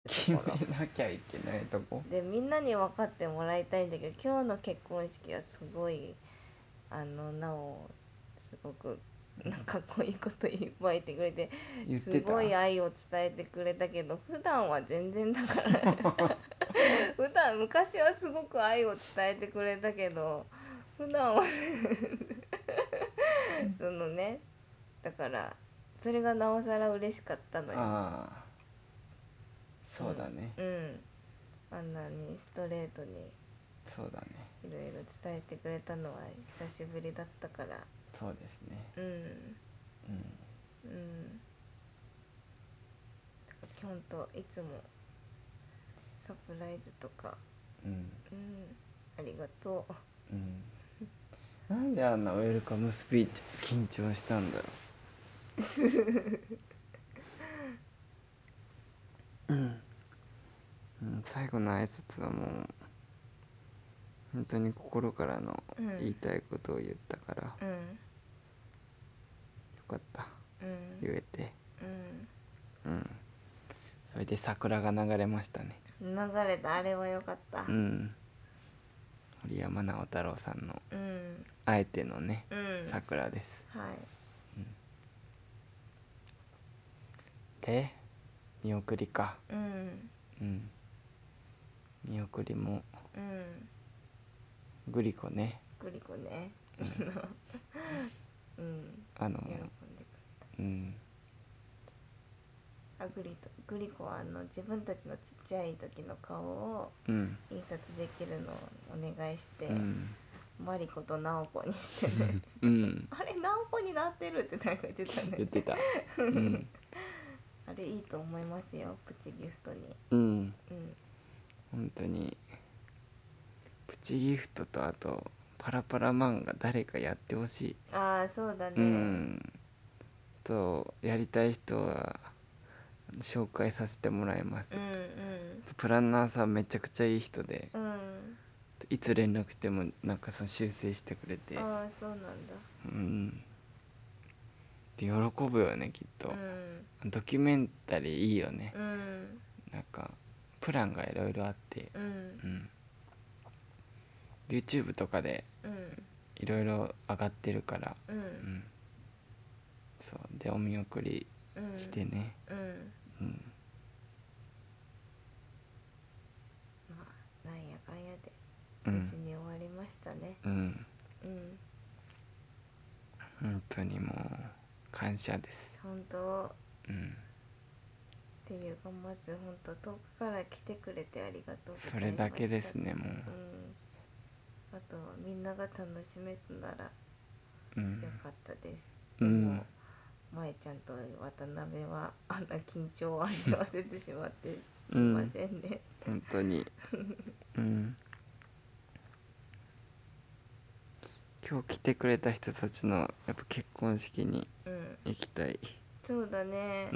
決めなきゃいけないとこでみんなに分かってもらいたいんだけど、今日の結婚式はすごいなおすごくかっこいいこといっぱい言ってくれて、 言ってたすごい愛を伝えてくれたけど、普段は全然だから昔はすごく愛を伝えてくれたけど、普段はそのね、だからそれがなおさら嬉しかったのよ。 ああ、そうだね、 あんなにストレートにそうだね、 いろいろ伝えてくれたのは久しぶりだったから。 そうですね、 きょんといつもサプライズとか、ありがとう。 なんであんなウェルカムスピーチ緊張したんだろう最後の挨拶はもう本当に心からの言いたいことを言ったから、よかった、言えて、それで桜が流れましたね。 流れた、あれはよかった。 森山直太朗さんの、あえてのね、桜です。 はい。 で見送りか。見送りも、グリコね。 グリコね。喜んでくれた。グリコは自分たちのちっちゃい時の顔を印刷できるのをお願いして、マリコとナオコにしてねあれナオコになってるって誰か言ってたね。 言ってた。 あれいいと思いますよ、プチギフトに。 本当にプチギフトと、あとパラパラ漫画誰かやってほしい。 ああ、そうだね。 やりたい人は紹介させてもらいます。プランナーさんめちゃくちゃいい人で、いつ連絡してもなんか修正してくれて、 ああ、そうなんだ。 で喜ぶよねきっと。ドキュメンタリーいいよね。なんかプランがいろいろあって、YouTube とかでいろいろ上がってるから、そうでお見送りしてね。 まあなんやかんやで無事に終わりましたね。 本当にもう感謝です。 本当。っていうか、まず本当遠くから来てくれてありがとうございました。 それだけですね、もう。 あとみんなが楽しめたならよかったです。でも舞ちゃんと渡辺はあんな緊張を味わわせてしまってすいませんね。 本当に今日来てくれた人たちのやっぱ結婚式に行きたい。 そうだね。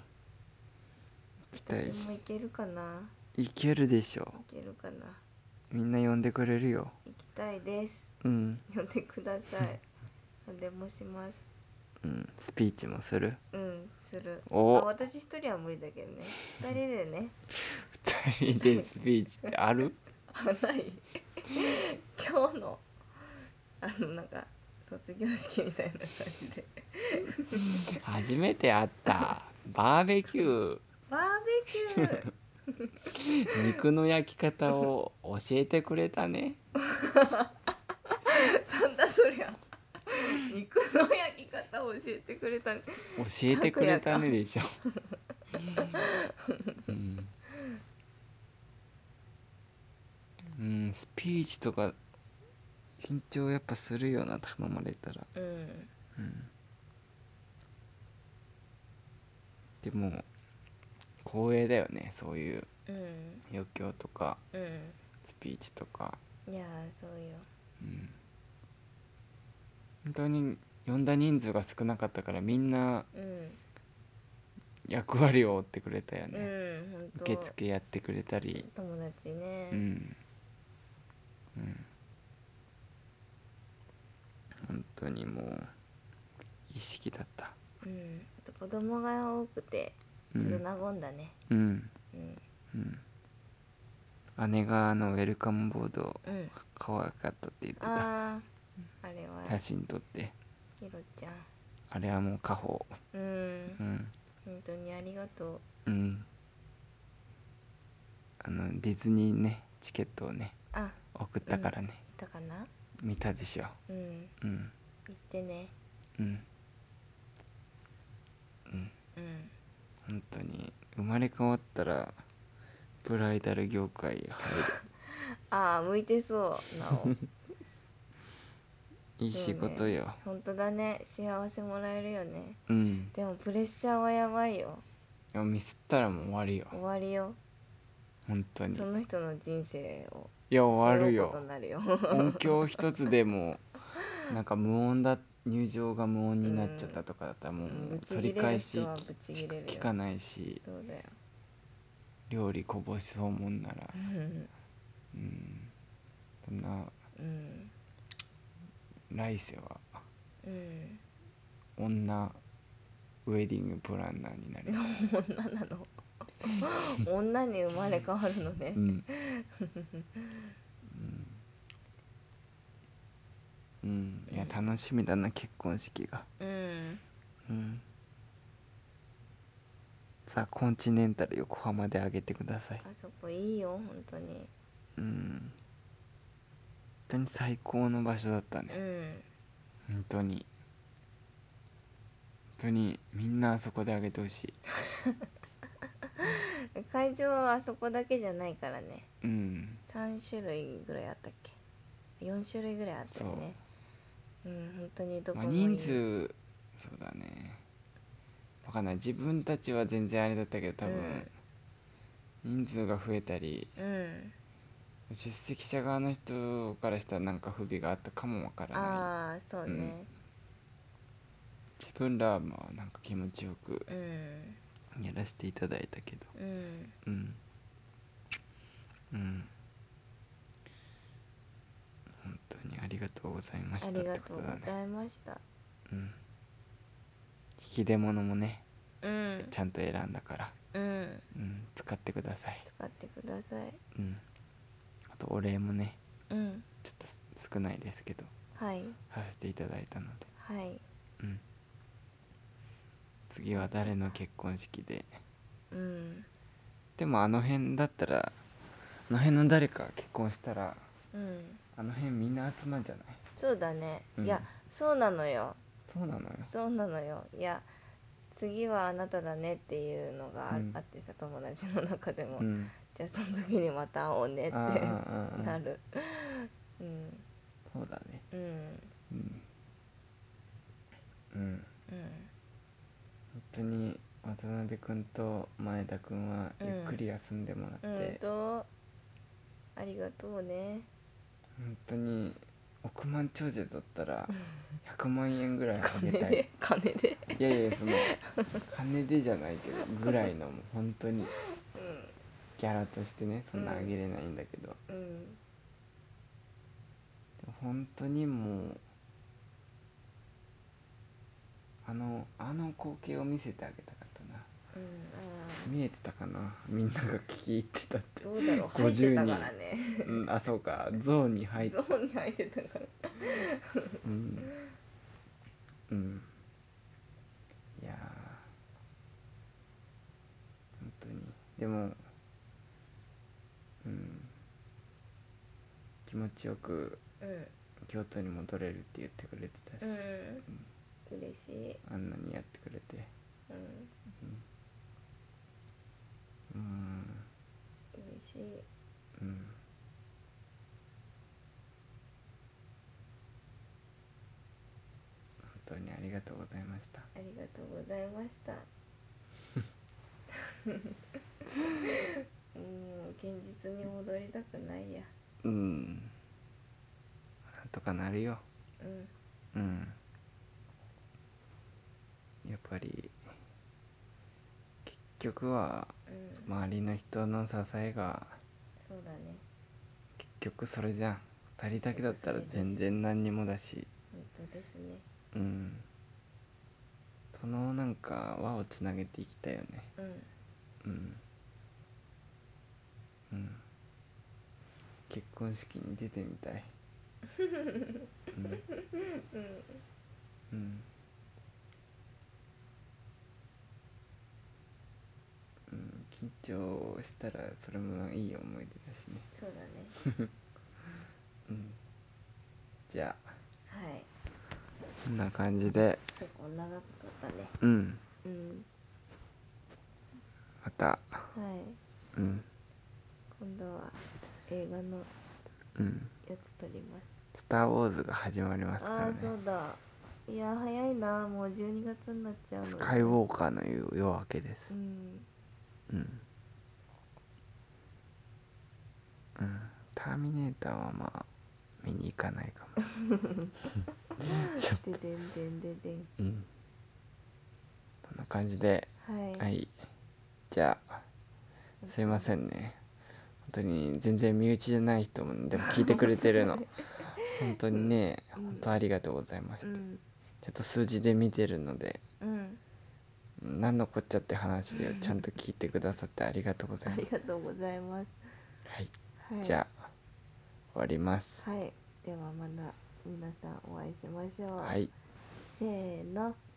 行きたいし。 私も行けるかな。 行けるでしょ。 行けるかな。 みんな呼んでくれるよ。 行きたいです。呼んでください。何でもします。 スピーチもする。 する。 お、 私一人は無理だけどね。二人でね。 二人でスピーチってある？ ない今日のなんか卒業式みたいな感じで初めて会ったバーベキュー。 バーベキュー肉の焼き方を教えてくれたね。 なんだそりゃ。肉の焼き方を教えてくれたね。 教えてくれたねでしょ。スピーチとか緊張やっぱするよな、頼まれたら。でも光栄だよね、そういう余興とかスピーチとか。 いやそうよ。 本当に呼んだ人数が少なかったからみんな役割を負ってくれたよね。受付やってくれたり。 友達ね。 本当にもう意識だった。 あと子供が多くてちょっと和んだね。 姉がウェルカムボード可愛かったって言ってた。 あれは写真撮って。 ひろちゃん、 あれはもう家宝。 本当にありがとう。ディズニーね、チケットをね、送ったからね。 見たかな？ 見たでしょ。 行ってね。 本当に生まれ変わったらブライダル業界入る。 向いてそうなお。 いい仕事よ。 本当だね、幸せもらえるよね。でもプレッシャーはやばいよ。 ミスったらもう終わりよ。 終わりよ。 本当に。 その人の人生を終わるよ。 ことになるよ。 音響一つでもなんか入場が無音になっちゃったとかだったらもう取り返し聞かないし、 そうだよ。 料理こぼしそうもんなら、そんな、来世は、女ウェディングプランナーになる。 女なの？女に生まれ変わるのね。 いや楽しみだな、結婚式が。さあコンチネンタル横浜であげてください。 あそこいいよ本当に。 本当に最高の場所だったね。本当にみんなあそこであげてほしい。 会場はあそこだけじゃないからね。3種類ぐらいあったっけ、4種類ぐらいあったよね。本当にどこもいい。 人数、そうだね、わかんない。自分たちは全然あれだったけど多分、人数が増えたり、出席者側の人からしたらなんか不備があったかもわからない。 そうね。 自分らはまあなんか気持ちよくやらせていただいたけど、本当にありがとうございましたってことだね。 ありがとうございました。 引き出物もね、ちゃんと選んだから、使ってください。 使ってください。 あとお礼もね、 ちょっと少ないですけど、させていただいたので、次は誰の結婚式で、でもあの辺だったら、あの辺の誰か結婚したら、あの辺みんな集まるんじゃない？ そうだね。いやそうなのよ。 そうなのよ。 いや次はあなただねっていうのがあってさ、友達の中でも、じゃあその時にまた会おうねってなる。 そうだね。本当に渡辺君と前田君はゆっくり休んでもらって、 ありがとうね。 本当に億万長者だったら100万円ぐらいあげたい。 金でいやいや、その金でじゃないけどぐらいの、本当にギャラとしてね、そんなあげれないんだけど、でも本当にもうあの光景を見せてあげたかったな。見えてたかな、みんなが聞き入ってたって。 どうだろう、入ってたからね。 あ、そうか、ゾーンに入ってた。 ゾーンに入ってたから。 いや本当にでも気持ちよく京都に戻れるって言ってくれてたし、 嬉しい。 あんなにやってくれて、 嬉しい。 本当にありがとうございました。 ありがとうございました。もう現実に戻りたくないや。 なんとかなるよ。やっぱり結局は周りの人の支えが、 そうだね、 結局それじゃん。2人だけだったら全然何にもだし、 本当ですね。 そのなんか輪をつなげていきたいよね。 結婚式に出てみたい。うん、うん、うん、緊張したらそれもいい思い出だしね。 そうだね。 うん、じゃあ、はい、 こんな感じで結構長かったね。 うん、 うん、 またはい、 うん、 今度は映画のうん、 やつ撮ります。 スター・ウォーズが始まりますからね。 ああ、そうだ。いや早いな、もう12月になっちゃうのね。 スカイウォーカーの夜明けです。 うん、 うん、うん、ターミネーターはまあ見に行かないかもしれないちょっとででんでんででん。 うん、こんな感じではい、 はい、じゃあすいませんね、本当に全然身内じゃない人もでも聞いてくれてるの本当にね、 うん、 本当ありがとうございました、 うん、 ちょっと数字で見てるのでうん、 何のこっちゃって話でちゃんと聞いてくださってありがとうございあます。 りがとうございます。 はい、 はい、 じゃあ終わります。 はい、ではまた皆さんお会いしましょう。 はい、 せーの。